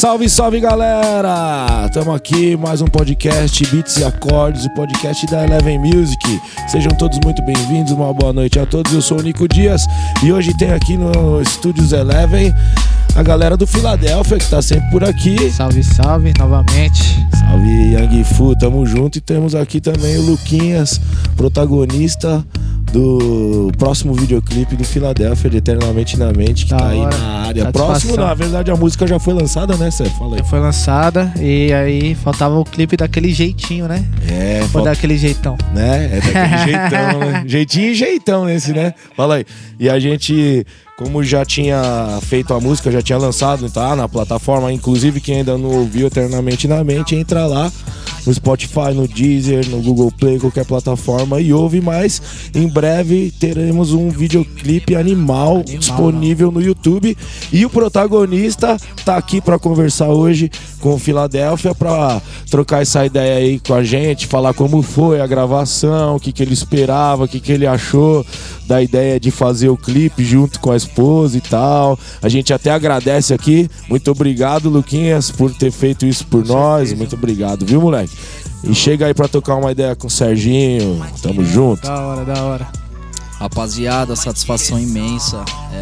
Salve, salve, galera! Estamos aqui, mais um podcast Beats e Acordes, o podcast da Eleven Music. Sejam todos muito bem-vindos, uma boa noite a todos. Eu sou o Nico Dias e hoje tem aqui no Estúdios Eleven a galera do Filadélfia, que tá sempre por aqui. Salve, salve, novamente. Salve, Yang Fu, tamo junto. E temos aqui também o Luquinhas, protagonista do próximo videoclipe do Filadélfia, de Eternamente na Mente, que tá aí na área. Próximo, na verdade, a música já foi lançada, né, Cé? Fala aí. Já foi lançada e aí faltava o clipe daquele jeitinho, né? Ou daquele jeitão. Né? É daquele jeitão, né? Jeitinho e jeitão esse, né? Fala aí. E a gente, como já tinha feito a música, já tinha lançado, tá? Na plataforma, inclusive quem ainda não ouviu Eternamente na Mente, entra lá no Spotify, no Deezer, no Google Play, qualquer plataforma e ouve mais. Em breve teremos um videoclipe animal disponível no YouTube. E o protagonista tá aqui para conversar hoje com o Filadélfia, para trocar essa ideia aí com a gente, falar como foi a gravação, o que ele esperava, o que ele achou da ideia de fazer o clipe junto com a esposa e tal. A gente até agradece aqui. Muito obrigado, Luquinhas, por ter feito isso por nós. Muito obrigado, viu, moleque? E chega aí pra tocar uma ideia com o Serginho. Tamo junto. Da hora, da hora. Rapaziada, satisfação imensa.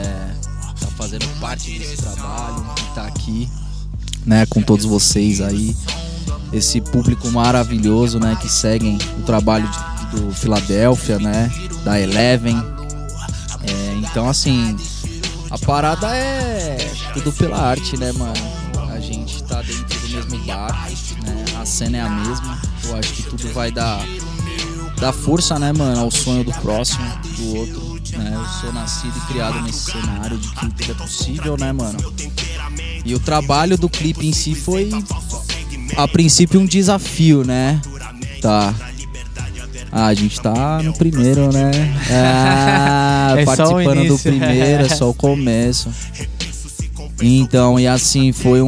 Tá fazendo parte desse trabalho, tá aqui, né, com todos vocês aí. Esse público maravilhoso, né, que seguem o trabalho do Filadélfia, né, da Eleven. Então, assim, a parada é tudo pela arte, né, mano? A gente tá dentro do mesmo barco, né? A cena é a mesma. Eu acho que tudo vai dar força, né, mano, ao sonho do próximo, do outro, né? Eu sou nascido e criado nesse cenário de que tudo é possível, né, mano? E o trabalho do clipe em si foi, a princípio, um desafio, né? Tá. A gente tá no primeiro, né? Participando do primeiro, é só o começo. Então, e assim, foi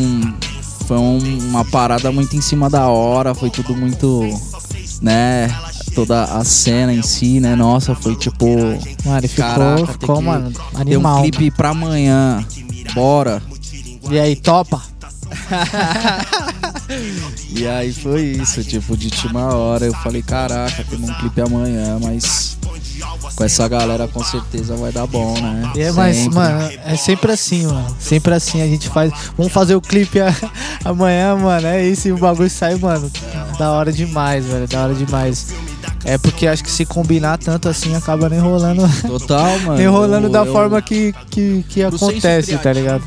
uma parada muito em cima da hora, foi tudo muito, né? Toda a cena em si, né? Nossa, foi tipo... Mano, ficou, mano, animal. Tem um clipe pra amanhã, bora. E aí, topa? E aí foi isso, tipo, de última hora eu falei, caraca, temos um clipe amanhã, mas com essa galera com certeza vai dar bom, né? Mas, mano, é sempre assim, mano. Sempre assim, a gente faz. Vamos fazer o clipe amanhã, mano. É isso, e o bagulho sai, mano. Da hora demais, velho. Da hora demais. É porque acho que se combinar tanto assim acaba nem rolando. Total, mano. Nem rolando da forma que acontece, tá ligado?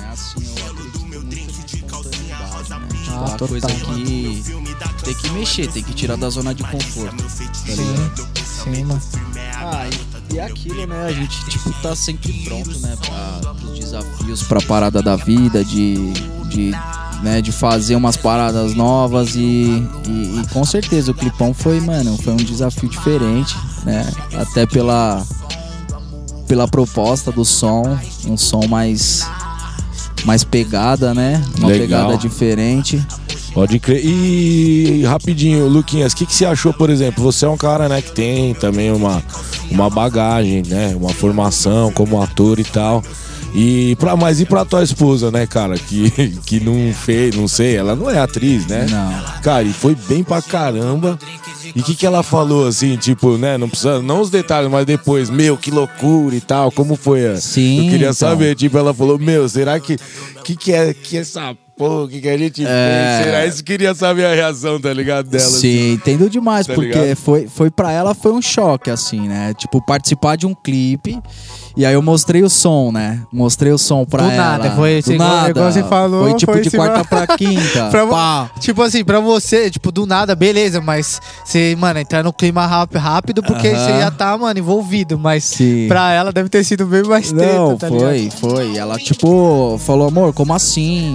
Uma coisa que tem que mexer, tem que tirar da zona de conforto. Tá ligado? Sim, mano. E é aquilo, né? A gente, tipo, tá sempre pronto, né? Pros desafios, pra parada da vida, de fazer umas paradas novas e com certeza o clipão foi um desafio diferente, né? Até pela proposta do som, um som mais pegada, né? Uma Legal. Pegada diferente. Pode crer. E rapidinho, Luquinhas, o que você achou, por exemplo? Você é um cara, né, que tem também uma bagagem, né? Uma formação como ator e tal. Mas e pra tua esposa, né, cara? Que não fez, não sei, ela não é atriz, né? Não. Cara, e foi bem pra caramba. E o que ela falou, assim, tipo, né? Não precisa, não os detalhes, mas depois, que loucura e tal, como foi? Sim, eu queria então saber, tipo, ela falou, será que é que essa porra, o que a gente fez? Será isso? Queria saber a reação, tá ligado, dela? Sim, assim. entendo demais, tá porque ligado? Foi pra ela, foi um choque, assim, né? Tipo, participar de um clipe. E aí eu mostrei o som, né? Mostrei o som pra ela. Nada, foi do nada, igual você falou. Foi tipo de quarta pra quinta. Tipo assim, pra você, tipo, do nada, beleza, mas você, mano, entrar no clima rápido porque você já tá, mano, envolvido. Mas sim, pra ela deve ter sido bem mais treta, não, tá ligado? Foi. Ela, tipo, falou, amor, como assim?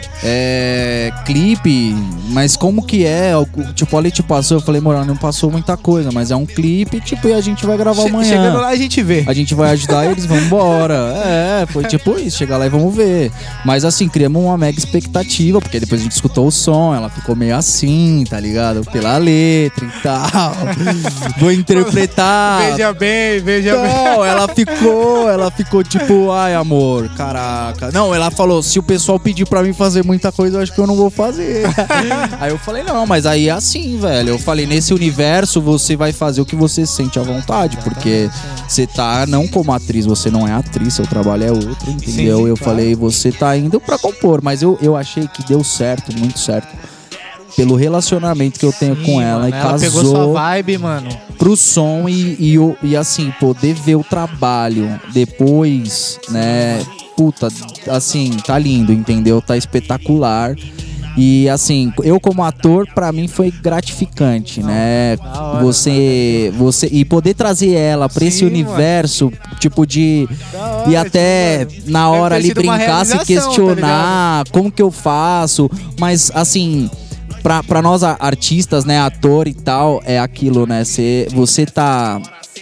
Clipe, mas como que é? Tipo, ali te passou, eu falei, amor, não passou muita coisa, mas é um clipe, tipo, e a gente vai gravar amanhã. Chegando lá a gente vê. A gente vai ajudar lá e eles vão embora. Foi tipo isso, chegar lá e vamos ver. Mas assim, criamos uma mega expectativa, porque depois a gente escutou o som, ela ficou meio assim, tá ligado? Pela letra e tal. Vou interpretar. Veja bem. Não, ela ficou tipo, ai amor, caraca. Não, ela falou, se o pessoal pedir pra mim fazer muita coisa, eu acho que eu não vou fazer. Aí eu falei, não, mas aí é assim, velho. Eu falei, nesse universo você vai fazer o que você sente à vontade, porque você tá não como atriz, você não é atriz, seu trabalho é outro, entendeu? Sim, eu claro. falei, você tá indo pra compor, mas eu achei que deu certo, muito certo. Pelo relacionamento que eu tenho com ela, mano, e ela casou pegou sua vibe, mano. pro som e assim, poder ver o trabalho depois, né? Puta, assim, tá lindo, entendeu? Tá espetacular. E assim, eu como ator, pra mim foi gratificante, né? da hora, Você e poder trazer ela pra esse Sim, universo, tipo de Da e hora, até tipo, na deve hora ter ali sido uma brincar, se realização, questionar como que eu faço, mas assim, pra nós artistas, né, ator e tal, é aquilo, né? Você tá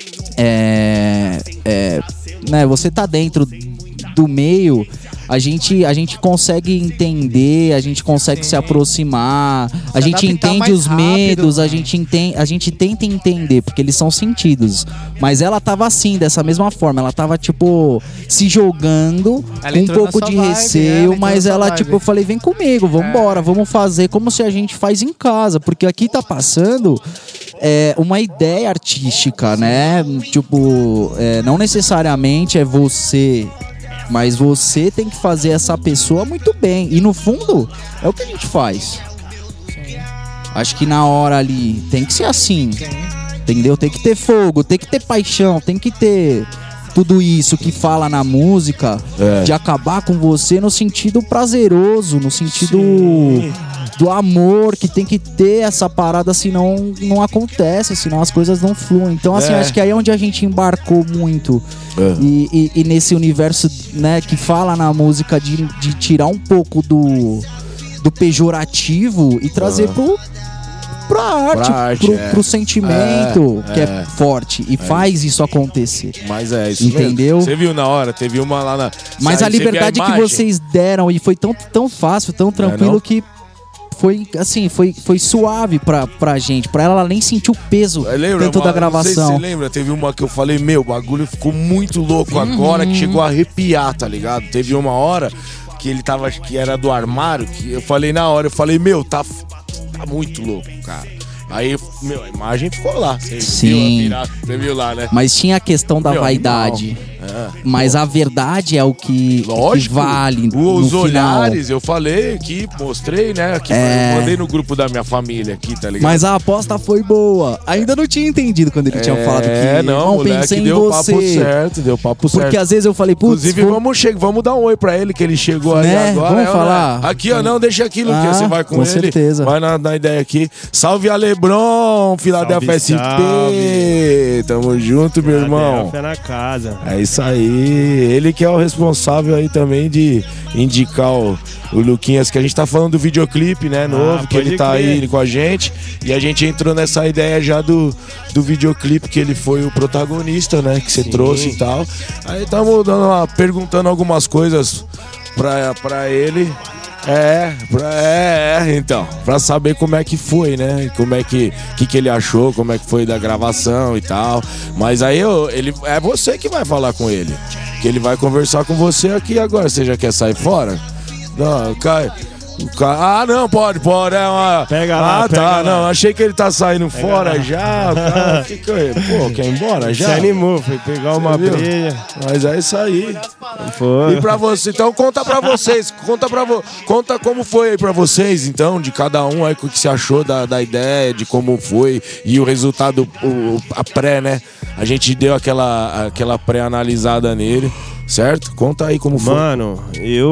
né, você tá dentro do meio, a gente consegue entender, a gente consegue se aproximar, a gente adaptar entende mais os rápido, medos, a mano. gente tenta entender, porque eles são sentidos. Mas ela tava assim, dessa mesma forma, ela tava tipo se jogando Ela com um entrou pouco na de sua vibe, receio, ela entrou mas na sua ela vibe. tipo, eu falei, vem comigo, vambora, vamos fazer como se a gente faz em casa, porque aqui tá passando uma ideia artística, né? Tipo, não necessariamente é você, mas você tem que fazer essa pessoa muito bem. E no fundo, é o que a gente faz. Acho que na hora ali tem que ser assim. Entendeu? Tem que ter fogo, tem que ter paixão, tem que ter tudo isso que fala na música de acabar com você no sentido prazeroso, no sentido do amor, que tem que ter essa parada, senão não acontece, senão as coisas não fluem. Então, assim, acho que aí é onde a gente embarcou muito. E nesse universo, né, que fala na música de tirar um pouco do pejorativo e trazer pra arte, pro sentimento que é forte e faz isso acontecer. Mas é isso Entendeu? mesmo. Você viu na hora, teve uma lá na... Mas a liberdade que vocês deram e foi tão fácil, tão tranquilo não? que foi assim, foi suave pra gente. Pra ela nem sentiu o peso dentro da gravação. Não sei se você lembra, teve uma que eu falei, meu, o bagulho ficou muito louco agora, que chegou a arrepiar, tá ligado? Teve uma hora que ele tava, acho que era do armário, que eu falei na hora, eu falei, meu, tá muito louco, cara. Aí, meu, a imagem ficou lá. Sim. Você viu lá, né? Mas tinha a questão da Meu, vaidade. animal. Mas a verdade é o que vale no Os final. olhares, eu falei aqui, mostrei, né? Aqui, eu mandei no grupo da minha família aqui, tá ligado? Mas a aposta foi boa. Ainda não tinha entendido quando ele tinha falado que não, moleque, pensei em deu você. papo certo, deu papo certo. Porque às vezes eu falei, putz, inclusive, vamos dar um oi pra ele, que ele chegou aí Né? agora. Vamos falar? Aqui, ó, não, deixa aqui, Luquinha, você vai com ele. certeza. Vai na ideia aqui. Salve a Lebron, Filadélfia SP. salve. Tamo junto, meu irmão. Fé na casa. É isso aí. Ele que é o responsável aí também de indicar o Luquinhas, que a gente tá falando do videoclipe, né, novo, que pode ele tá crer. aí com a gente. E a gente entrou nessa ideia já do videoclipe, que ele foi o protagonista, né, que você trouxe e tal. Aí estamos perguntando algumas coisas pra ele. Então, pra saber como é que foi, né? Como é que ele achou, como é que foi da gravação e tal. Mas aí é você que vai falar com ele. Que ele vai conversar com você aqui agora. Você já quer sair fora? Não, cai. Não, pode. Pega lá, pega tá, lá. não, achei que ele tá saindo fora lá. já. Cara, pô, quer ir embora já? Se animou, foi pegar uma viu? breja. Mas é isso aí. Foi. E pra você, então conta pra vocês, conta como foi aí pra vocês, então, de cada um aí, o que você achou da ideia, de como foi e o resultado, a pré, né? A gente deu aquela pré-analisada nele, certo? Conta aí como foi. Mano,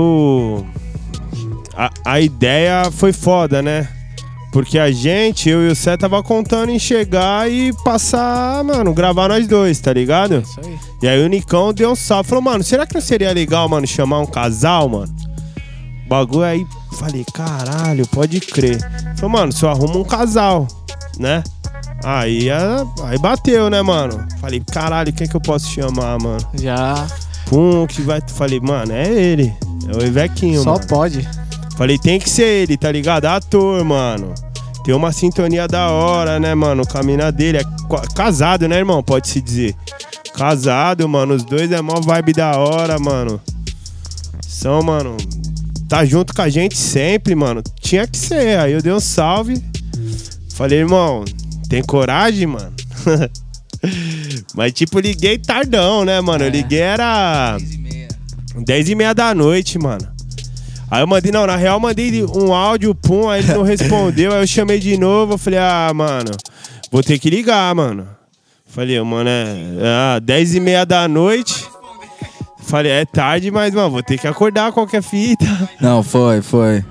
A ideia foi foda, né? Porque eu e o Cé tava contando em chegar e passar, mano, gravar nós dois, tá ligado? Isso aí. E aí o Nicão deu um salve, falou, mano, será que não seria legal, mano, chamar um casal, mano? Bagulho aí, falei, caralho, pode crer. Falou, mano, se eu arrumo um casal, né? Aí bateu, né, mano? Falei, caralho, quem que eu posso chamar, mano? Já. Pum, que vai... Falei, mano, é ele. É o Ivequinho, Só mano. pode. Falei, tem que ser ele, tá ligado? Ator, mano. Tem uma sintonia da hora, né, mano? O caminho dele é casado, né, irmão? Pode-se dizer. Casado, mano. Os dois é mó vibe da hora, mano. São, mano... Tá junto com a gente sempre, mano. Tinha que ser. Aí eu dei um salve. Falei, irmão, tem coragem, mano? Mas, tipo, liguei tardão, né, mano? Eu liguei era 10h30 da noite, mano. Aí eu mandei, não, na real eu mandei um áudio, pum, aí ele não respondeu. Aí eu chamei de novo, eu falei, mano, vou ter que ligar, mano. Falei, mano, 10h30 da noite. Falei, é tarde, mas, mano, vou ter que acordar qualquer fita. Não, foi.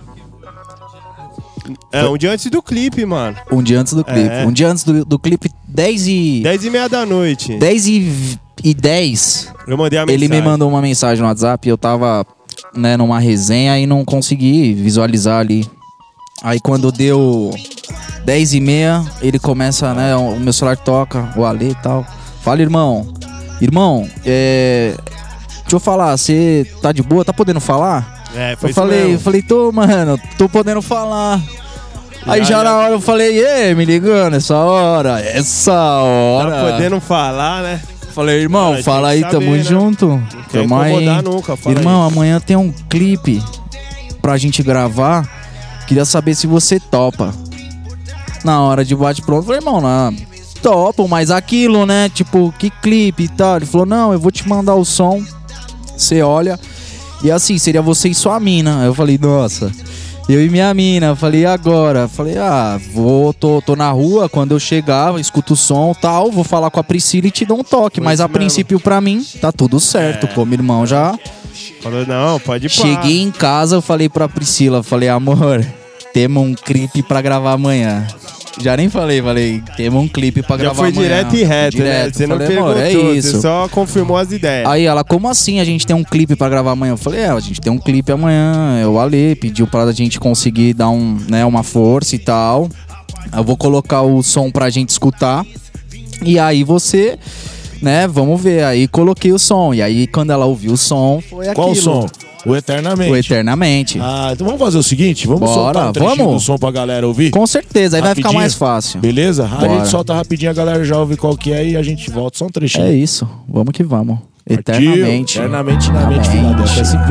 Um dia antes do clipe, mano. Um dia antes do clipe. Um dia antes do clipe, 10h30 da noite. 10h10. Eu mandei a mensagem. Ele me mandou uma mensagem no WhatsApp, eu tava, né, numa resenha e não consegui visualizar ali. Aí quando deu 10h30, ele começa, né, o meu celular toca, o Ale e tal. Fala, irmão, deixa eu falar, você tá de boa? Tá podendo falar? Foi eu falei, tô, mano, tô podendo falar. Aí já na hora eu falei, me ligando essa hora. Tá podendo falar, né? Falei, irmão, fala aí, tamo junto. Não quer incomodar nunca, fala irmão, amanhã tem um clipe pra gente gravar. Queria saber se você topa. Na hora de bate-pronto, falei, irmão, topo, mas aquilo, né? Tipo, que clipe e tal. Ele falou, não, eu vou te mandar o som. Você olha. E assim, seria você e sua mina. Aí eu falei, nossa, eu e minha mina. Eu falei, e agora? Eu falei, tô na rua, quando eu chegar, escuto o som e tal, vou falar com a Priscila e te dou um toque. Mas a princípio, pra mim, tá tudo certo. Pô, meu irmão já... Falou, não, pode ir. Cheguei em casa, eu falei pra Priscila, falei, amor, temos um clipe pra gravar amanhã. Já nem falei, temos um clipe pra gravar amanhã. Já foi direto e reto, né? Você não perguntou, você só confirmou as ideias. Aí ela, como assim a gente tem um clipe pra gravar amanhã? Eu falei, a gente tem um clipe amanhã. O Ale pediu pra gente conseguir dar uma força e tal. Eu vou colocar o som pra gente escutar. E aí você, né, vamos ver. Aí coloquei o som. E aí quando ela ouviu o som, foi aquilo. Qual som? O Eternamente. O Eternamente. Então vamos fazer o seguinte, vamos soltar um trechinho do som pra galera ouvir? Com certeza, aí rapidinho. Vai ficar mais fácil. Beleza? Aí a gente solta rapidinho, a galera já ouve qual que é e a gente volta, só um trechinho. É isso, vamos que vamos. Eternamente. Eternamente na mente, Filadélfia SP.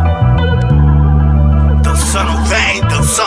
Dançando vem,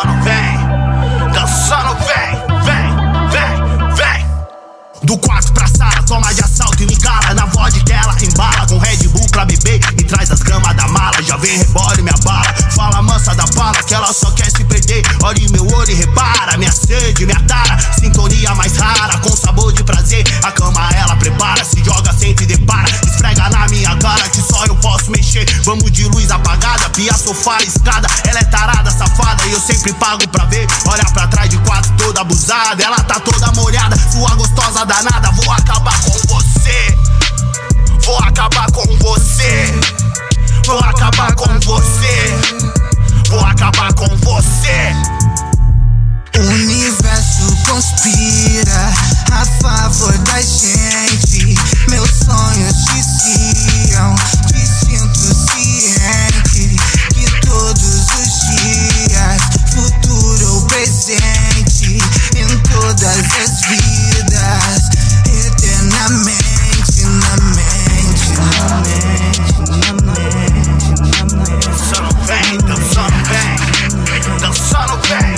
do quarto pra sala, toma de assalto e me cala. Na vodka ela embala, com Red Bull pra beber e traz as gramas da mala. Já vem rebole minha bala, fala mansa da bala, que ela só quer se perder. Olha em meu olho e repara, minha sede, minha tara. Sintonia mais rara, com sabor de prazer. A cama ela prepara, se joga, sente e depara. Esfrega na minha cara, que só eu posso mexer. Vamos de luz apagada, pia, sofá, escada. Ela é tarada, safada, e eu sempre pago pra ver. Olha pra trás de quatro, toda abusada. Ela tá toda molhada, sua gostosa danada. Vou acabar com você. Vou acabar com você. Vou acabar com você. Vou acabar com você. O universo conspira a favor da gente. Meus sonhos desciam, distinto ciente que todos os dias, futuro ou presente, em todas as vidas, eternamente na mente, na mente, na mente, na mente. Dançando vem, dançando vem, dançando vem,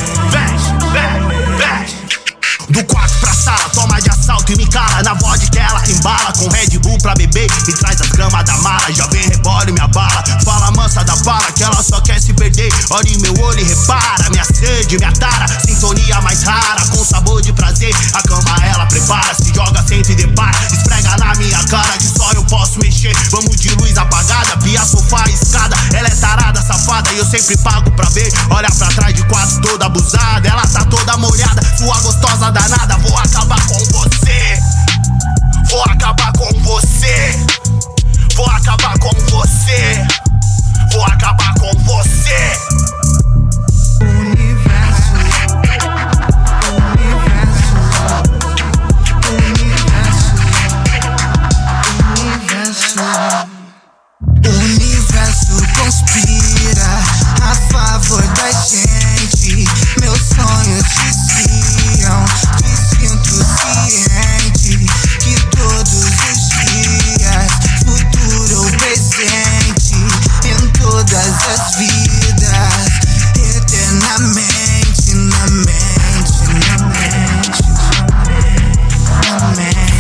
vem. Do quarto pra sala, toma de assalto e me cala. Na vodka ela embala, com Red Bull pra beber e traz as gramas da mala. Já vem rebole minha bala, fala mansa da bala, que ela só quer se perder. Olha em meu olho e repara, minha sede, minha tara. Sintonia mais rara, com sabor de prazer. A cama ela prepara, se joga, sente e depara. Esfrega na minha cara, que só eu posso mexer. Vamos de luz apagada, pia, sofá, escada. Ela é tarada, safada, e eu sempre pago pra ver. Olha pra trás de quatro, toda abusada. Ela tá toda molhada, sua gostosa danada. Vou acabar com você. Vou acabar com você. Vou acabar com você. Vou acabar com você. O universo nossas vidas eternamente na mente, na mente, na mente.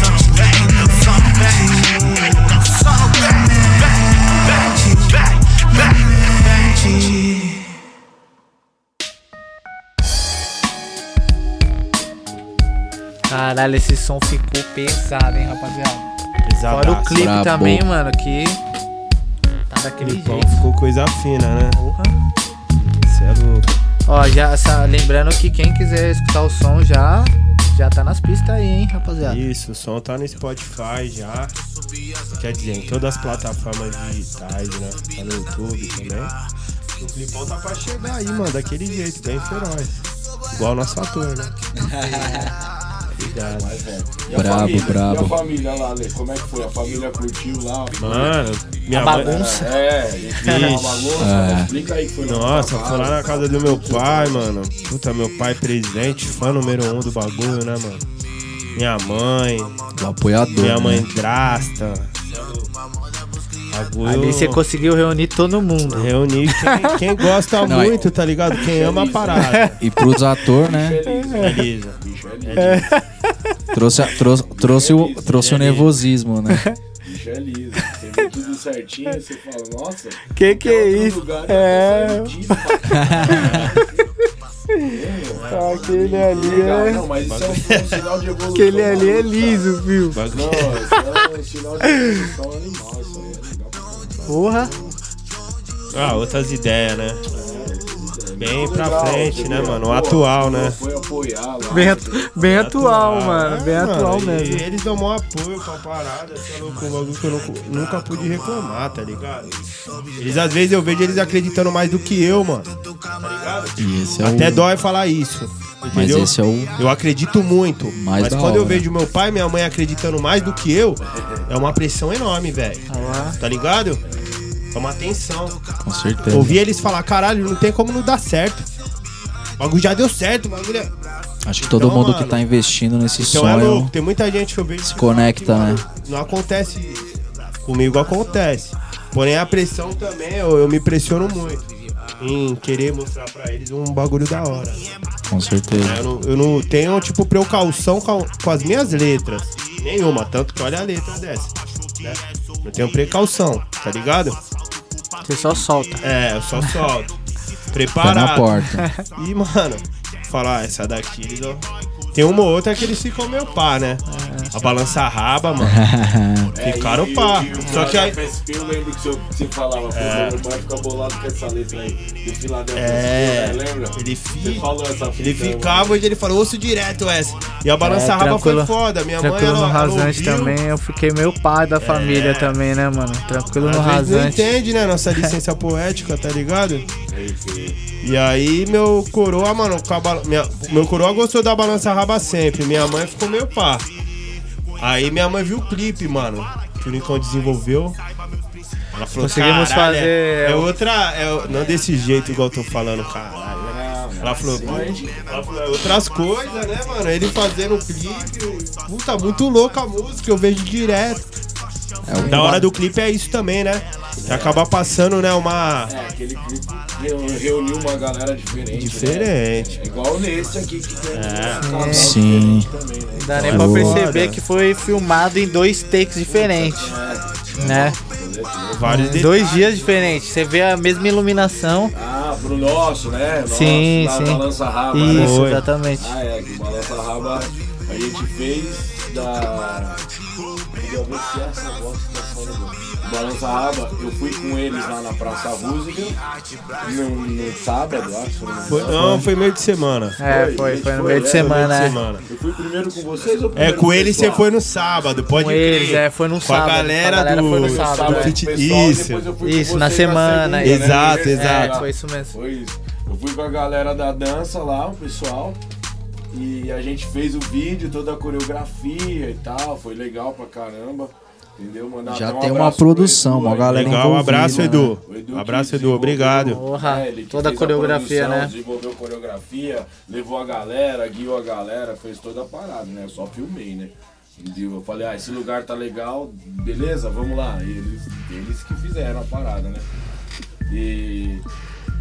Caralho, esse som ficou pesado, hein, rapaziada. Exato. Fora o clipe Brabo. também, mano, que tá daquele Clipão jeito. ficou coisa fina, né? Porra. Cê é louco. Ó, lembrando que quem quiser escutar o som já tá nas pistas aí, hein, rapaziada. Isso, o som tá no Spotify já. Quer dizer, em todas as plataformas digitais, né? Tá no YouTube também. O clipão tá pra chegar aí, mano, daquele jeito, bem feroz. Igual o nosso ator, né? Obrigado. E a Brabo, família? brabo. E a família lá, Ale? Como é que foi? A família curtiu lá? Mano, minha A mãe. bagunça. Uma bagunça. Explica aí que foi na Nossa, tua fui lá na casa do meu pai, mano. Puta, meu pai presente, fã número 1 do bagulho, né, mano? Minha mãe, O apoiador. minha mãe né? drasta. Bagulho. Ali você conseguiu reunir todo mundo. Reunir quem gosta Não, muito, tá ligado? Quem ama a parada. E pros atores, né? Beleza. Trouxe o nervosismo, né? Bicho é liso. Você vê tudo certinho, você fala, nossa. Que é outro isso? lugar, É. Aquele ali Legal, não, mas isso é um sinal de evolução. Aquele ali é maluco, liso, viu? cara. Não, isso é um sinal de evolução animal, isso aí é legal pra caramba. Porra. Ah, outras ideias, né? Bem pra Legal, frente, você né, viu? mano? O Pô, atual, né? Foi apoiar lá. Bem atual, mano. Bem atual e mesmo. eles dão maior apoio pra parada, esse é louco, um bagulho que eu nunca pude reclamar, tá ligado? Eles, às vezes, eu vejo eles acreditando mais do que eu, mano. Tá ligado? E esse é Até o... dói falar isso. Mas Entendeu? esse é o... Eu acredito muito. Mais Mas da quando eu hora. vejo meu pai e minha mãe acreditando mais do que eu, é uma pressão enorme, velho. Tá ligado? É uma tensão. Com certeza. Ouvir eles falar, caralho, não tem como não dar certo. O bagulho já deu certo, o bagulho é... Acho que todo Então, mundo mano, que tá investindo nesse Então é louco, sonho... tem muita gente que eu vejo se que fala conecta, que, mano, né? Não acontece isso. Comigo acontece. Porém a pressão também, eu me pressiono muito em querer mostrar pra eles um bagulho da hora. Com certeza. Eu não tenho, tipo, precaução com as minhas letras. Nenhuma, tanto que olha a letra dessa, né? Eu tenho precaução, tá ligado? Você só solta. É, eu só solto. Pé Preparado. na porta. E, mano, falar, essa daqui, eles, ó, tem uma ou outra que eles ficam meio pá, né? A balança raba, mano. Ficaram pá. Só que aí. Eu lembro que você falava, pô, meu pai fica bolado com essa letra aí. Do Filadélfia, lembra? Ele Você falou essa fita. Ele ficava e ele falou, ouço direto essa. E a balança raba foi tranquilo. foda. Minha mãe, Tranquilo no ela rasante ouviu. também, eu fiquei meio pai da família também, né, mano? Tranquilo no Às vezes não rasante. entende, né? Nossa licença poética, tá ligado? E aí, meu coroa, mano, meu coroa gostou da balança raba sempre. Minha mãe ficou meio pá. Aí minha mãe viu o clipe, mano, que o Nicão desenvolveu. Ela falou, Conseguimos caralho, fazer- é outra. Não desse jeito igual eu tô falando, caralho. Ela falou, é outras coisas, né, mano? Ele fazendo o clipe. Puta, muito louca a música, eu vejo direto. Da hora do clipe é isso também, né? Que acaba passando, né, uma... Aquele clipe reuniu uma galera diferente. Diferente. Né? Igual nesse aqui que tem um casal Sim. diferente também, né? Não dá nem Foda. pra perceber que foi filmado em 2 takes diferentes, né? Vários detalhes. 2 dias diferentes. Você vê a mesma iluminação. Ah, pro nosso, né? Nosso, Sim, da sim. Balança Raba, né? Isso, Foi. exatamente. Ah, é, que o Balança Raba a gente fez da... Eu vou ver se essa bosta tá falando. O Balança Raba, eu fui com eles lá na Praça Roosevelt no sábado, acho. Foi meio de semana. Foi no meio de Meio de semana, né? semana. Eu fui primeiro com vocês ou É, primeiro com ele o pessoal? você foi no sábado, pode Com crer. eles, foi no Com a sábado. galera do... foi no sábado. do fit- Pessoal, Isso. depois eu fui com Isso, na vocês semana, segunda, Exato, né? exato. Foi isso mesmo. Foi isso. Eu fui com a galera da dança lá, o pessoal. E a gente fez o vídeo, toda a coreografia e tal. Foi legal pra caramba. Entendeu? Mandar Já até um tem uma abraço pro produção, Edu uma aí. galera Legal, um abraço, envolvida, Edu. O Edu Abraço, que Edu, desenvolveu, obrigado. Porra, ele que toda a fez coreografia, produção, né? Desenvolveu coreografia, levou a galera, guiou a galera, fez toda a parada, né? Eu só filmei, né? Entendeu? Eu falei, esse lugar tá legal, beleza, vamos lá. E eles que fizeram a parada, né? E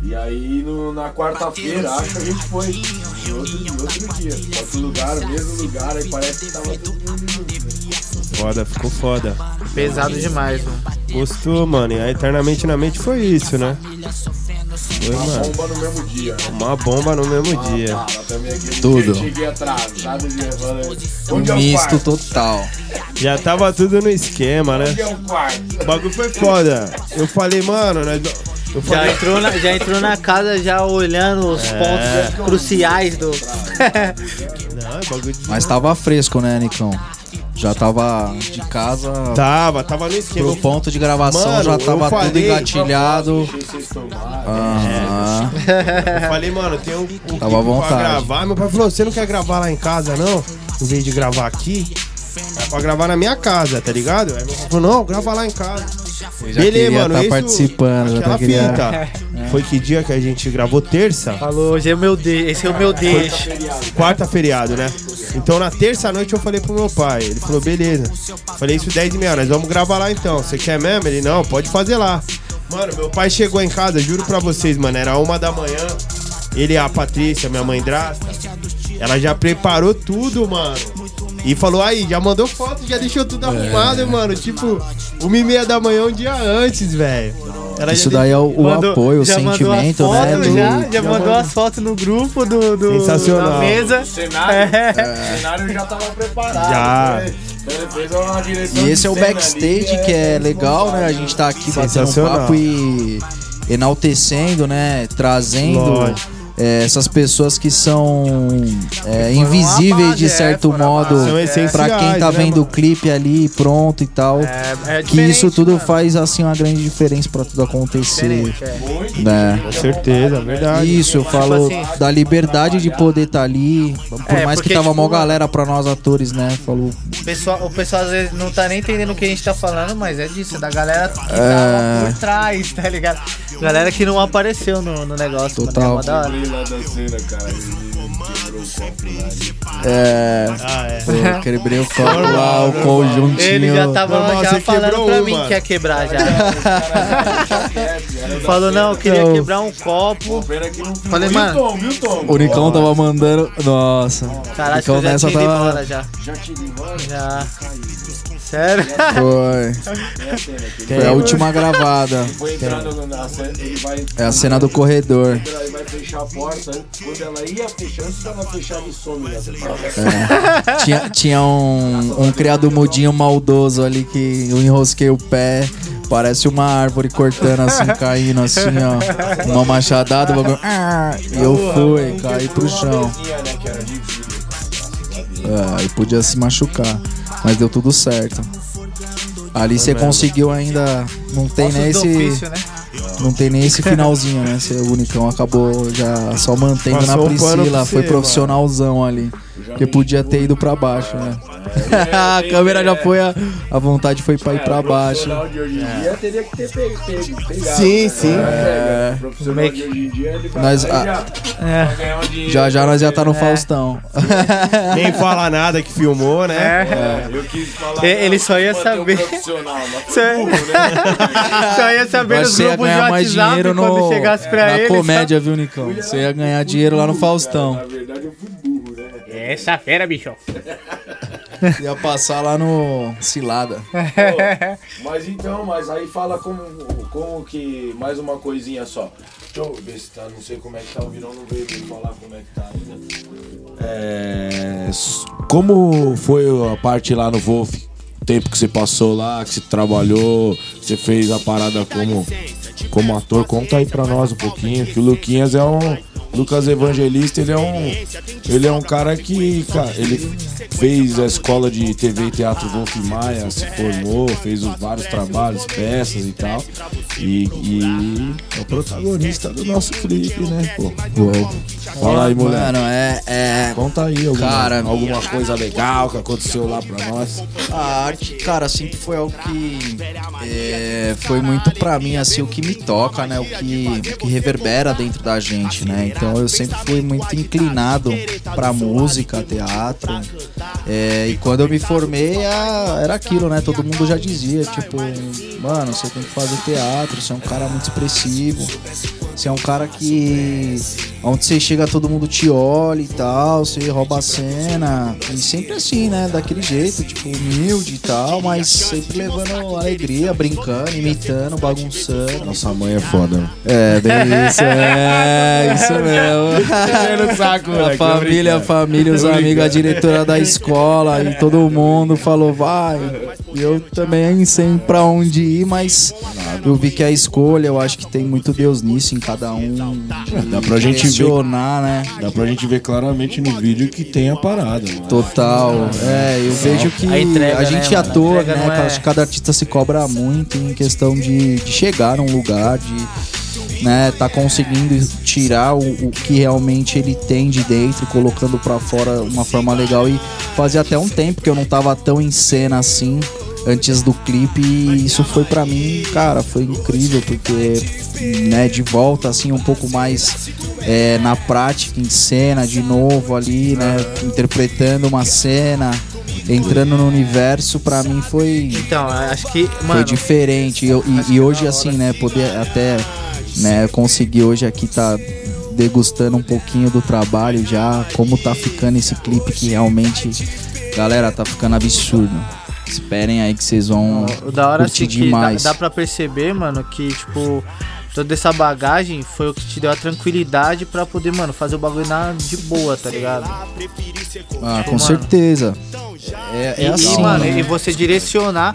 E aí na quarta-feira, acho que a gente foi em outro dia. Outro lugar, mesmo lugar, aí parece que tava todo mundo. Foda, ficou foda. Pesado demais, mano. Gostou, mano. E a Eternamente na Mente foi isso, né? Foi, Uma mano. bomba no mesmo dia, né? Uma bomba no mesmo dia. Cara, também aquele Tudo. dia eu cheguei atrasado de falando, Um onde é o misto quarto? total. Já tava tudo no esquema, né? Onde é o quarto? O bagulho foi foda. Eu falei, mano, eu Já falei, entrou na casa já olhando os pontos cruciais do. não, é bagulho de... Mas tava fresco, né, Nicão? Já tava de casa Tava no esquema. pro ponto de gravação, Mano, já eu tava tudo falei, engatilhado. Deixei vocês tomarem. Aham. Eu falei, mano, tem um Tava à vontade. pra gravar. Meu pai falou, você não quer gravar lá em casa, não? Em vez de gravar aqui, é pra gravar na minha casa, tá ligado? Aí meu pai falou, não, grava lá em casa. Eu já queria tá participando, já aquela tá queria... fita. Foi que dia que a gente gravou? Terça? Falou, hoje é meu esse é o meu deixo. Quarta feriado, né? Então na terça noite eu falei pro meu pai. Ele falou, beleza. Falei isso 10h30, nós vamos gravar lá então. Você quer mesmo? Ele, não, pode fazer lá. Mano, meu pai chegou em casa, juro pra vocês, mano, era 1h da manhã. Ele e a Patrícia, minha mãe drasta, ela já preparou tudo, mano. E falou, aí, já mandou foto, já deixou tudo arrumado, mano. Tipo, 1h30 da manhã, um dia antes, velho. Ela Isso já daí é o Mandou- apoio, o já mandou sentimento, a né? foto, do- já mandou as fotos no grupo Sensacional. da mesa. O cenário já tava preparado. Já. Né? Então ele fez uma direção E esse de é o cena backstage ali, que é legal, né? A gente tá aqui batendo um Sensacional. papo e enaltecendo, né? Trazendo Lógico. essas pessoas que são invisíveis de certo modo São essenciais, pra quem tá né, vendo mano? o clipe ali pronto e tal. Que isso tudo faz assim uma grande diferença pra tudo acontecer, né? Com certeza, verdade. Isso, eu falo assim, da liberdade de poder estar ali, por mais que porque, tava tipo, mó galera pra nós atores, né? Falou, O pessoal às vezes não tá nem entendendo o que a gente tá falando, mas é disso, é da galera que tava por trás, tá ligado? Galera que não apareceu no negócio. Total. Mano, é mó da hora. Lembrei lá da cena, cara. Ele quebrou o copo lá. eu quebrei o copo lá, o conjuntinho. Ele já tava Normal, já você falando quebrou pra um, mim mano. que ia quebrar já. Falou, não, eu queria Não. quebrar um copo. Pena que não Falei, viu mano. o Tom, viu, Tom? O Nicão tava mandando. Nossa. Caralho, acho que Nicão eu já nessa tinha ido tava. embora já. Já tinha ido embora? Já. Sério? Foi a última gravada. Foi entrando na cena, ele vai... É a cena do corredor. Ele vai fechar a porta. Quando ela ia fechando, antes dela fechar, ele some nessa. Tinha um criado mudinho maldoso ali que eu enrosquei o pé. Parece uma árvore cortando assim, caindo assim, ó. Uma machadada, o bagulho. E eu fui, caí pro chão. Né, que era de vidro. E podia se machucar. Mas deu tudo certo. Ali você conseguiu ainda. Não tem nem Ossos do esse. ofício, né? Não tem nem esse finalzinho, né? O Unicão acabou já só mantendo Passou na um pano Priscila. pra Foi você, profissionalzão ali. Porque podia ter ido pra baixo, né? A câmera já foi. A vontade foi pra ir pra baixo. O profissional de hoje em dia teria que ter pegado. Sim, sim. O profissional de hoje em dia, ele vai Nós- vai ganhar um dinheiro. Já nós já tá no Faustão. Nem fala nada que filmou, né? Eu quis falar. Ele só ia manter o saber. profissional, mas Só- foi burro, né? Só ia saber Mas nos você ia grupos de ganhar mais WhatsApp dinheiro quando chegasse pra na ele. comédia, viu, Nicão? Você ia ganhar dinheiro lá no Faustão. Na verdade, eu fui burro, né? Essa fera, bicho. Ia passar lá no Cilada. Mas então, mas aí fala como que. Mais uma coisinha só. Deixa eu ver se tá. Não sei como é que tá o Virão, não veio me falar como é que tá ainda. Como foi a parte lá no Wolf? O tempo que você passou lá, que você trabalhou, você fez a parada como ator. Conta aí pra nós um pouquinho. Que o Luquinhas é um. Lucas Evangelista, ele é um cara que, cara, ele fez a escola de TV e teatro Wolf Maia, se formou, fez vários trabalhos, peças e tal. E é o protagonista do nosso clipe, né, pô? Fala aí, moleque. Mano, Conta aí Cara, alguma coisa legal que aconteceu lá pra nós. A arte, cara, sempre foi algo que foi muito pra mim, assim, o que me toca, né? O que reverbera dentro da gente, né? Então eu sempre fui muito inclinado pra música, teatro. E quando eu me formei, era aquilo, né? Todo mundo já dizia, tipo, mano, você tem que fazer teatro, você é um cara muito expressivo, Você é um cara que... Onde você chega, todo mundo te olha e tal, você rouba a cena. E sempre assim, né? Daquele jeito, tipo, humilde e tal, mas sempre levando alegria, brincando, imitando, bagunçando. Nossa mãe é foda, né? Bem isso mesmo. saco, A família, os amigos, a diretora da escola e todo mundo falou, vai. E eu também nem sei pra onde ir, mas eu vi que a escolha, eu acho que tem muito Deus nisso, em cada um. Dá pra gente direcionar, né? Dá pra gente ver claramente no vídeo que tem a parada, mano. Total. Eu vejo que A entrega, a gente né, mano? ator, A entrega né? não é- Acho que cada artista se cobra muito em questão de chegar num lugar, de tá conseguindo tirar o que realmente ele tem de dentro, colocando pra fora uma forma legal. E fazia até um tempo que eu não tava tão em cena assim, antes do clipe, e isso foi pra mim, cara, foi incrível, porque, né, de volta, assim, um pouco mais na prática, em cena, de novo ali, né, interpretando uma cena, entrando no universo, pra mim foi... Então, acho que, mano... Foi diferente, e hoje, assim, né, poder até, né, conseguir hoje aqui tá degustando um pouquinho do trabalho já, como tá ficando esse clipe que realmente, galera, tá ficando absurdo. Esperem aí que vocês vão O da hora curtir assim que demais. dá pra perceber, mano, que tipo, toda essa bagagem foi o que te deu a tranquilidade pra poder, mano, fazer o bagulho de boa, tá ligado? Ah, com mano. certeza. É assim, mano, né? e você direcionar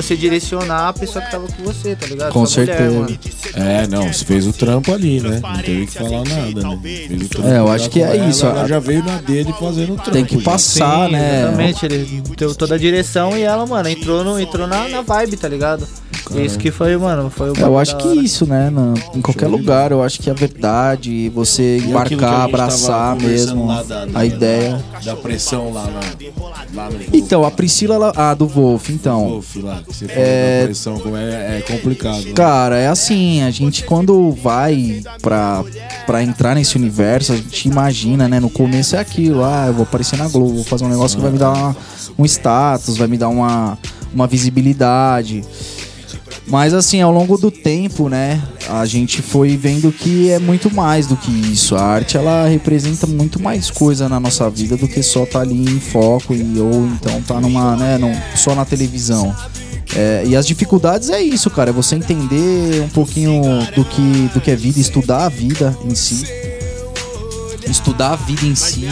a pessoa que tava com você, tá ligado? Com Sua mulher, certeza. mano. Não, você fez o trampo ali, né? Não teve que falar nada, né? Fez o trampo Eu já acho que com é ela, isso. Ela já veio na dele fazendo o trampo. Tem que já. passar, Sim, né? exatamente, ele deu toda a direção e ela, mano, entrou na vibe, tá ligado? Isso que foi, mano, foi o Eu bagulho acho da que hora. isso, né? Em qualquer lugar, eu acho que a verdade, você E aquilo que a embarcar, gente abraçar tava conversando mesmo lá a ideia. Da pressão lá no Então, a Priscila, do Wolf, então. Wolf lá, que você falou da pressão, como é complicado. Né? Cara, é assim, a gente quando vai pra entrar nesse universo, a gente imagina, né? No começo é aquilo, eu vou aparecer na Globo, vou fazer um negócio que vai me dar um status, vai me dar uma visibilidade. Mas assim, ao longo do tempo, né, a gente foi vendo que é muito mais do que isso. A arte, ela representa muito mais coisa na nossa vida do que só tá ali em foco ou então tá só na televisão. E as dificuldades é isso, cara, é você entender um pouquinho do que é vida, estudar a vida em si. Estudar a vida em si,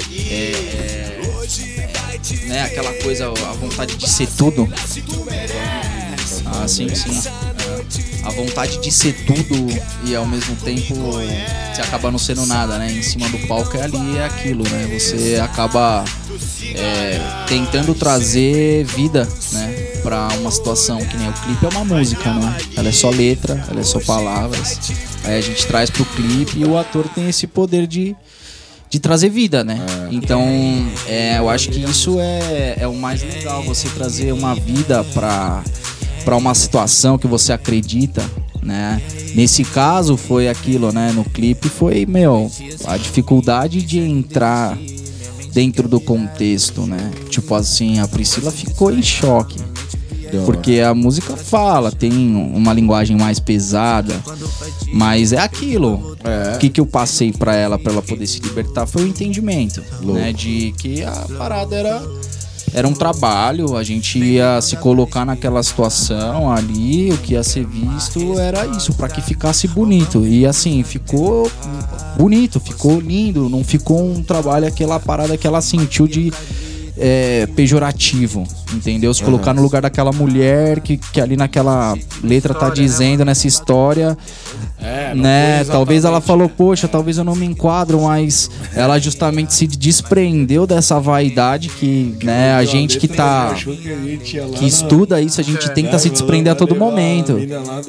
né, aquela coisa, a vontade de ser tudo. Sim. A vontade de ser tudo e ao mesmo tempo você acaba não sendo nada, né? Em cima do palco é aquilo, né? Você acaba tentando trazer vida, né? Pra uma situação, que nem o clipe é uma música, né? Ela é só letra, ela é só palavras. Aí a gente traz pro clipe e o ator tem esse poder de trazer vida, né? Então, eu acho que isso é o mais legal, você trazer uma vida pra uma situação que você acredita, né? Nesse caso foi aquilo, né? No clipe foi, a dificuldade de entrar dentro do contexto, né? Tipo assim, a Priscila ficou em choque. Porque a música tem uma linguagem mais pesada, mas é aquilo. O que eu passei pra ela poder se libertar foi o entendimento, né? De que a parada era um trabalho, a gente ia se colocar naquela situação ali, o que ia ser visto era isso, pra que ficasse bonito. E assim, ficou bonito, ficou lindo, não ficou um trabalho, aquela parada que ela sentiu de pejorativo, entendeu? Se colocar no lugar daquela mulher que ali naquela letra tá dizendo, nessa história, né? Talvez ela falou, poxa, talvez eu não me enquadro, mas ela justamente se desprendeu dessa vaidade que, né, a gente que estuda isso, a gente tenta se desprender a todo momento.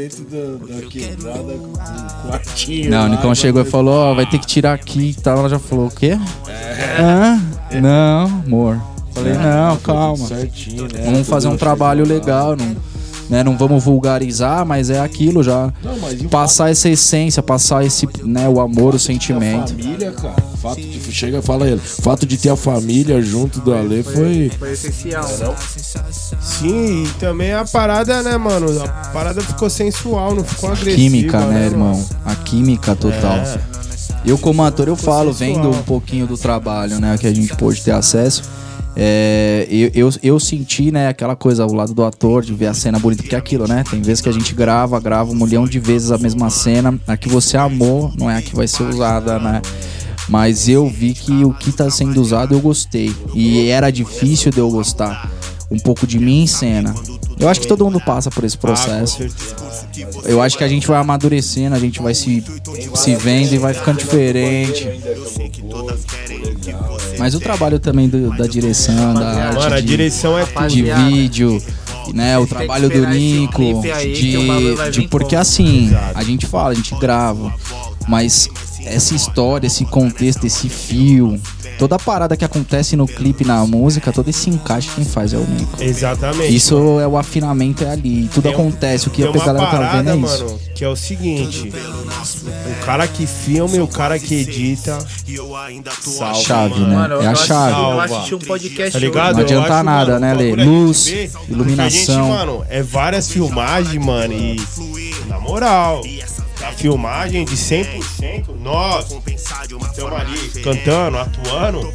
Não, o Nicão chegou e falou, vai ter que tirar aqui e tal. Ela já falou, o quê? Não, amor. Falei, não, calma. Certinho, né? Vamos fazer um trabalho legal. né? Não vamos vulgarizar, mas é aquilo já. Não, mas Passar essa essência, passar esse, né, o amor, o sentimento. família, cara. Fato de, chega e fala ele. Fato de ter a família junto do Ale foi. Foi essencial. Sim, e também a parada, né, mano? A parada ficou sensual, não ficou agressiva. Química, né, mano? irmão? A química total. Eu, como ator, eu falo, sensual. vendo um pouquinho do trabalho, né, que a gente pôde ter acesso. Eu senti, né, aquela coisa ao lado do ator, de ver a cena bonita, porque é aquilo, né? Tem vezes que a gente grava 1 milhão de vezes a mesma cena. A que você amou não é a que vai ser usada, né? Mas eu vi que o que tá sendo usado eu gostei. E era difícil de eu gostar. Um pouco de mim em cena. Eu acho que todo mundo passa por esse processo. Eu acho que a gente vai amadurecendo, a gente vai se vendo e vai ficando diferente. Mas o trabalho também da direção, da arte, Mano, a direção é tudo. de vídeo, né? O trabalho do Nico, porque assim, a gente fala, a gente grava, mas essa história, esse contexto, esse fio, toda a parada que acontece no clipe, na música, todo esse encaixe quem faz é o Nico. Exatamente. Isso é o afinamento, é ali, tudo acontece, o que a Tem uma galera tá parada, vendo é isso. mano, que é o seguinte: o cara que filma e o cara que edita, salva. Chave, né? Mano, É a chave. Eu assisti um podcast Tá ligado? Não Eu adianta acho, nada, mano, né, o Lê? bagulho a gente Luz, vê, iluminação. porque a gente, mano, é várias filmagens, mano, e na moral, a filmagem de 100%, nós estamos ali cantando, atuando,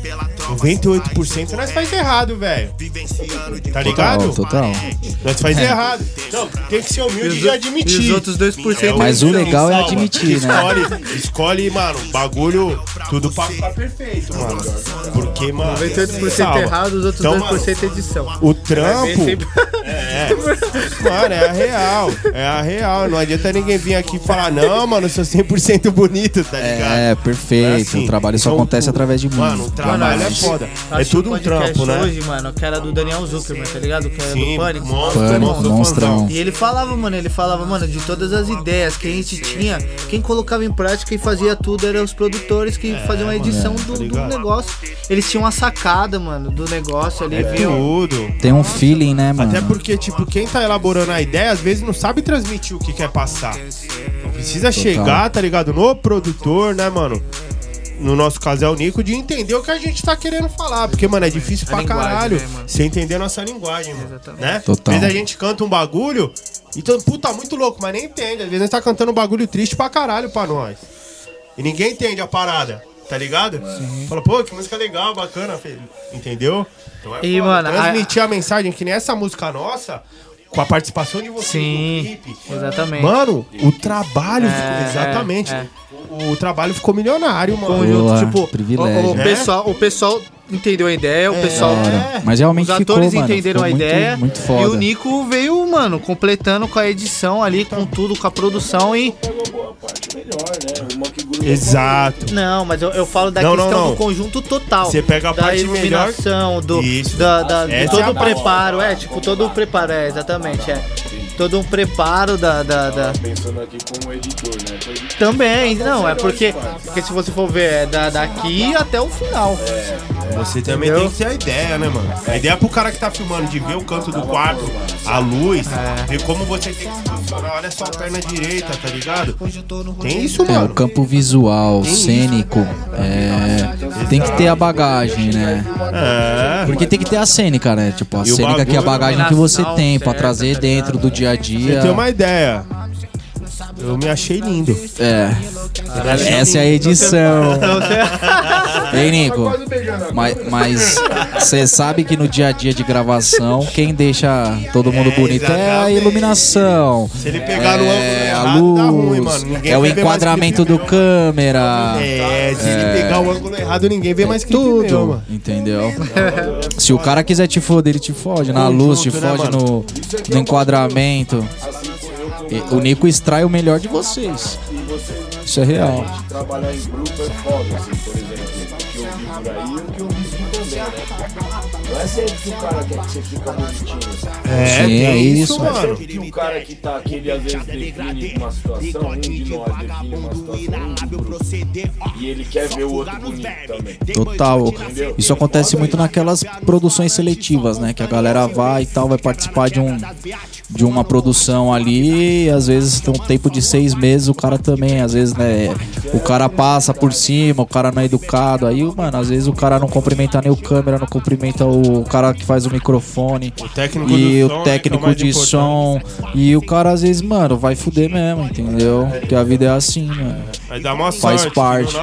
98% nós faz errado, velho. Tá ligado? Total. Nós faz errado. Não, tem que ser humilde e admitir. E os outros 2%. Mas o legal é admitir, né? Escolhe, mano, bagulho, tudo pra ficar perfeito, mano. Porque, mano, 98% salva. errado, os outros Então, 2% edição. O trampo, Sempre- mano, é a real. É a real. Não adianta ninguém vir aqui e falar, não, mano, eu sou 100% bonito, tá ligado? É, perfeito. É assim. O trabalho só Então, acontece através de mim. Mano, o trabalho é foda. É tudo um trampo, né? hoje, mano, que era do Daniel Zuckerman, tá ligado? Que era Sim, do Pânico. Pânico, monstrão. E ele falava, mano, de todas as ideias que a gente tinha, quem colocava em prática e fazia tudo eram os produtores que faziam a edição do negócio. Eles tinham uma sacada, mano, do negócio ali, viu? Tudo. Tem um feeling, né, mano? Até porque, tipo, quem tá elaborando a ideia, às vezes não sabe transmitir o que quer passar. Não precisa chegar, tá ligado? No produtor, né, mano? No nosso caso é o Nico, de entender o que a gente tá querendo falar. Porque, mano, é difícil pra linguagem, caralho né, mano? você entender a nossa linguagem, mano. Exatamente. Né? Total. Às vezes a gente canta um bagulho e todo puta, muito louco, mas nem entende. Às vezes a gente tá cantando um bagulho triste pra caralho pra nós. E ninguém entende a parada, tá ligado? Fala, pô, que música legal, bacana, filho. Entendeu? Então é E, foda. mano, transmitir a mensagem que nem essa música nossa, com a participação de vocês Sim, no clipe. exatamente. Mano, o trabalho ficou, exatamente. O trabalho ficou milionário, mano. Conjunto, Boa, tipo, privilégio. o pessoal entendeu a ideia, o pessoal. Mas realmente Os ficou, atores mano. entenderam Ficou a ideia. Muito foda. E o Nico veio, mano, completando com a edição ali, com tudo, com a produção e. Exato. Não, mas eu falo da Não, questão não. do conjunto total. Você pega a da parte iluminação, melhor. Isso. de Essa é todo a o parte. preparo, tipo, todo o preparo, exatamente, todo um preparo da. Pensando aqui como editor, né? Também, não, é porque se você for ver, é daqui até o final. Você também Entendeu? tem que ter a ideia, né, mano? A ideia é pro cara que tá filmando de ver o canto do quarto, a luz, ver como você tem que se posicionar. Olha só a perna direita, tá ligado? Tem isso, É, o mano. campo visual, cênico, tem que ter a bagagem, né? É. Porque tem que ter a cênica, né? Tipo, a E o cênica que é a bagulho, bagagem que você iluminação, tem pra certo, trazer tá dentro do dia a Você dia. tem uma ideia. Eu me achei lindo. É. Essa é a edição. Ei, Nico, mas você sabe que no dia a dia de gravação, quem deixa todo mundo bonito é a exatamente. iluminação. Se ele pegar no ângulo É a errado, luz, dá ruim, mano. Ninguém é o vai ver mais enquadramento clipe do meu. câmera. Se ele pegar o ângulo errado, ninguém vê mais clipe meu, Tudo, mano. entendeu? Se o cara quiser te foder, ele te fode na luz, te Conjunto, né, fode mano? no enquadramento. O Nico extrai o melhor de vocês. Isso é real. Trabalhar em grupo é foda, assim, por exemplo, o que eu vi por aí e o que eu vi também, né? Não é sempre que o cara quer que você fica bonitinho. Sim, é isso, Não é mano. sempre que o cara que tá aqui, ele às vezes define uma situação, um de nós define uma situação, um de grupo. E ele quer ver o outro bonito também. Total. Isso acontece muito naquelas produções seletivas, né? Que a galera vai e tal, vai participar de de uma produção ali, às vezes tem um tempo de 6 meses, o cara também, às vezes, né, o cara passa por cima, o cara não é educado, aí, mano, às vezes o cara não cumprimenta nem o câmera, não cumprimenta o cara que faz o microfone, O técnico e do o som, né, técnico que é o mais de importante. som, e o cara, às vezes, mano, vai fuder mesmo, entendeu? Porque a vida é assim, mano. Vai dar uma Faz sorte. parte.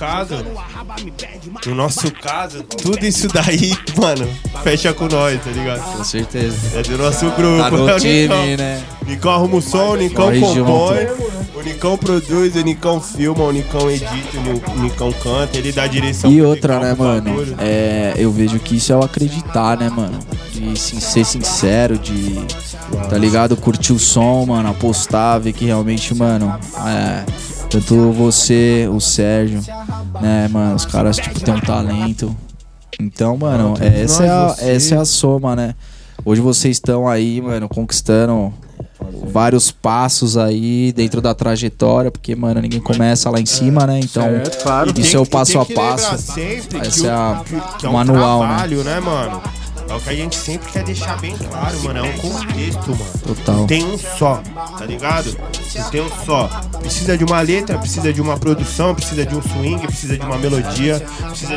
No nosso caso, tudo isso daí, mano, fecha com nós, tá ligado? Com certeza. É do nosso grupo. Tá no é o time, Nicão. né? Nicão arruma o som, o Nicão Corre compõe, o Nicão produz, o Nicão filma, o Nicão edita, o Nicão canta, ele dá direção. E pro outra, Nicão né, pro mano? bagulho. Eu vejo que isso é o acreditar, né, mano? De ser sincero, de, tá ligado? Curtir o som, mano, apostar, ver que realmente, mano, tanto você, o Sérgio, né, mano, os caras, tipo, tem um talento. Então, mano, essa é a soma, né? Hoje vocês estão aí, mano, conquistando vários passos aí dentro da trajetória, porque, mano, ninguém começa lá em cima, né? Então, claro. isso é o passo a Tem que lembrar passo. sempre Essa que é a que é um manual, né? trabalho, né, mano? É o que a gente sempre quer deixar bem claro, mano. É um contexto, mano. Total. Não tem um só, tá ligado? Não tem um só. Precisa de uma letra, precisa de uma produção, precisa de um swing, precisa de uma melodia, precisa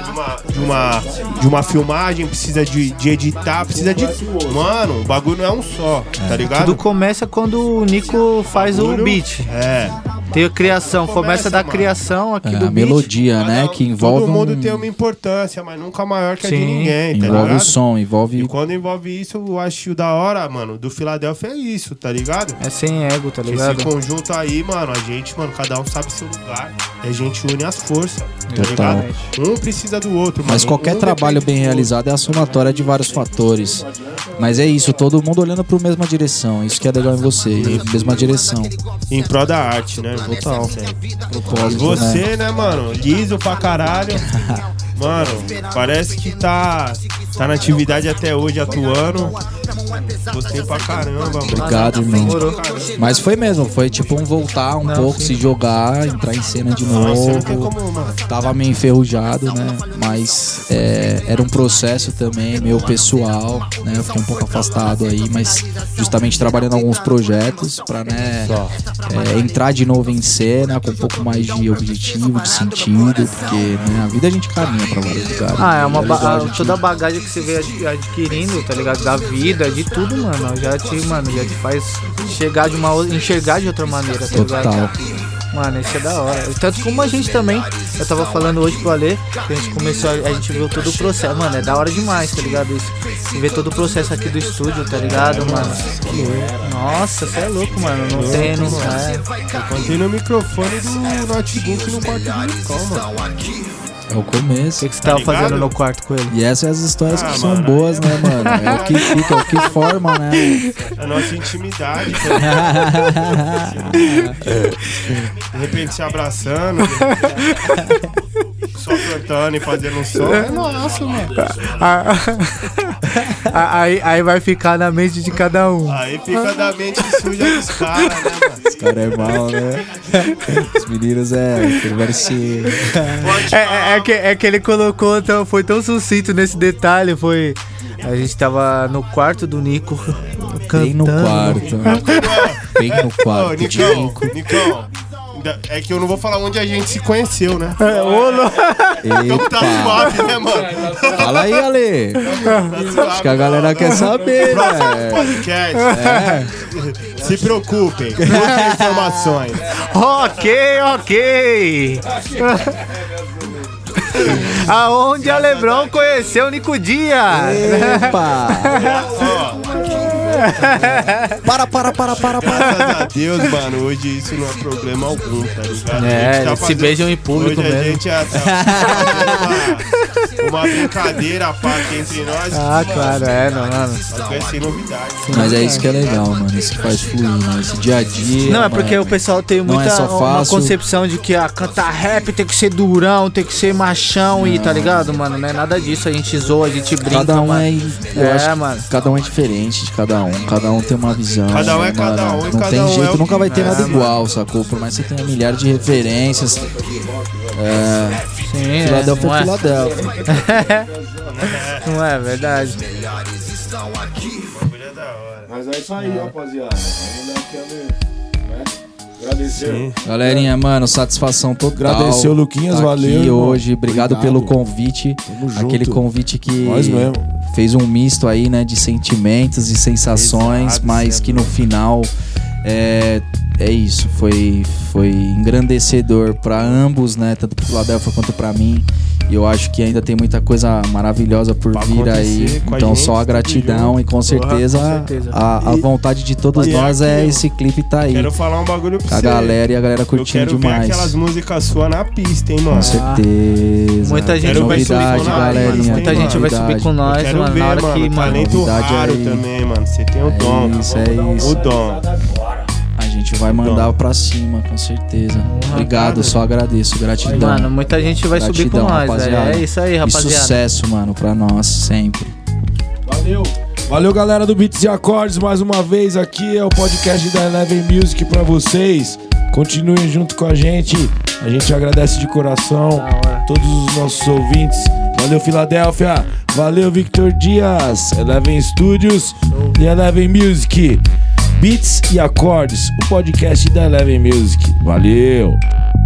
de uma filmagem, precisa de editar, precisa de. Mano, o bagulho não é um só, tá ligado? Tudo começa quando o Nico faz o Bagulho- beat. É. Tem a criação, começa da mano. criação aqui do A beat. melodia, né? Que envolve Todo mundo um... tem uma importância, mas nunca maior que a de Sim. ninguém, tá Envolve ligado? o som, E envolve... quando envolve isso, eu acho da hora, mano, do Philadelphia é isso, tá ligado? É sem ego, tá ligado? Esse conjunto aí, mano, a gente, mano, cada um sabe seu lugar. E a gente une as forças, tá Total. ligado? Um precisa do outro, mano. Mas qualquer Um trabalho depende bem do outro. realizado é a somatória de vários fatores. Mas é isso, todo mundo olhando pra mesma direção. Isso que é legal em você, mesma direção. Em prol da arte, né? Total. Propósito, né? Você, né, mano, liso pra caralho. Mano, parece que tá na atividade até hoje, atuando. Gostei pra caramba, mano. Obrigado, irmão. Mas foi mesmo, foi tipo um voltar um pouco, se jogar, entrar em cena de Você não tem novo. como, mano. Tava meio enferrujado, né? Mas era um processo também, meu pessoal, né? Eu fiquei um pouco afastado aí, mas justamente trabalhando em alguns projetos pra, né, entrar de novo em cena com um pouco mais de objetivo, de sentido, porque, né, a vida a gente caminha pra vários lugares. Ah, é uma né? A gente- toda a bagagem que você vem adquirindo, tá ligado? Da vida, de tudo, mano. Já te faz enxergar de outra maneira, tá ligado? Total. Mano, isso é da hora. Tanto como a gente também, eu tava falando hoje pro Ale, que a gente começou, a gente viu todo o processo. Mano, é da hora demais, tá ligado? Isso. E ver todo o processo aqui do estúdio, tá ligado, mano? Nossa, você é louco, mano. Não tem, não é. Contei no microfone do notebook no quarto do Nicão, mano. É o começo. O que você tava ligado? fazendo no quarto com ele? E essas são as histórias que são mano. boas, né, mano? É o que fica, é o que forma, né? A nossa intimidade, tá ligado? De repente se abraçando, só cantando e fazendo um som. É nossa, mano. Aí vai ficar na mente de cada um. Aí fica da mente suja dos caras, né, mano? Os caras é mal, né? Os meninos conversinha. É que ele colocou, então, foi tão sucinto nesse detalhe, foi... A gente tava no quarto do Nico, cantando. Bem no quarto. Bem no Ô, quarto de Nicão, Nico. Nicão, é que eu não vou falar onde a gente se conheceu, né? Então tá Epa! suave, né, mano? Fala aí, Ale. Tá suave, Acho que a galera quer saber, Próximo né? podcast. Se preocupem, busquem informações. Ok. Aonde a Lebron conheceu o Nico Dias. Epa! Ó, Para. graças a Deus, mano, hoje isso não é problema algum, tá ligado? A É, gente tá eles se beijam em público hoje mesmo. a gente uma brincadeira à parte entre nós. Ah, mano, claro, mano. vai ser novidade. Mas é isso que é legal, mano. Isso que faz fluir, né? Esse dia a dia. Não, é mano. porque o pessoal tem Não muita é só uma fácil. concepção de que cantar rap tem que ser durão, tem que ser machão e tá ligado, mano? Não é nada disso, a gente zoa, a gente brinca, Cada um mano. eu acho que mano. cada um é diferente de cada um. Cada um tem uma visão. Cada um é mano. cada um e Não cada tem um é jeito, o nunca que- vai ter nada mano. igual, sacou? Por mais que você tenha milhares de referências. Sim, Philadelphia não é é? Philadelphia. Não é verdade. O bagulho é da hora. Mas é isso aí, rapaziada. Vamos dar aquela, né? Agradecer. Sim. Galerinha, mano, satisfação total. Agradecer o Luquinhas, tá valeu, aqui irmão. hoje. Obrigado pelo convite. Tamo junto. Aquele convite que Nós mesmo. fez um misto aí, né, de sentimentos e sensações, Exato, mas que no final é isso, foi engrandecedor pra ambos, né, tanto pro Philadelphia quanto pra mim. E eu acho que ainda tem muita coisa maravilhosa por Pra vir aí. acontecer com a Então gente, só a tudo gratidão junto. e com certeza, com certeza. a vontade de todos E nós é aquilo, esse clipe tá aí. Quero falar um bagulho pra Com a você. galera e a galera Eu curtindo quero demais. ver aquelas músicas suas na pista, hein, mano. Com certeza. Muita gente vai subir novidade, com nós, galerinha. mano. Muita gente vai subir com Eu nós, quero mano. ver, Na hora mano. que, mano. Talento novidade raro aí. também, mano. Você tem o dom. Isso, é isso. O dom. A gente vai mandar pra cima, com certeza. Obrigado, só agradeço. Gratidão. Mano, muita gente vai subir com Gratidão, nós, velho. rapaziada. É isso aí, E rapaziada. sucesso, mano, pra nós, sempre. Valeu. Valeu, galera do Beats e Acordes. Mais uma vez aqui é o podcast da Eleven Music pra vocês. Continuem junto com a gente. A gente agradece de coração Da hora. todos os nossos ouvintes. Valeu, Filadélfia. Valeu, Victor Dias. Eleven Studios e Eleven Music. Beats e Acordes, o podcast da Eleven Music. Valeu.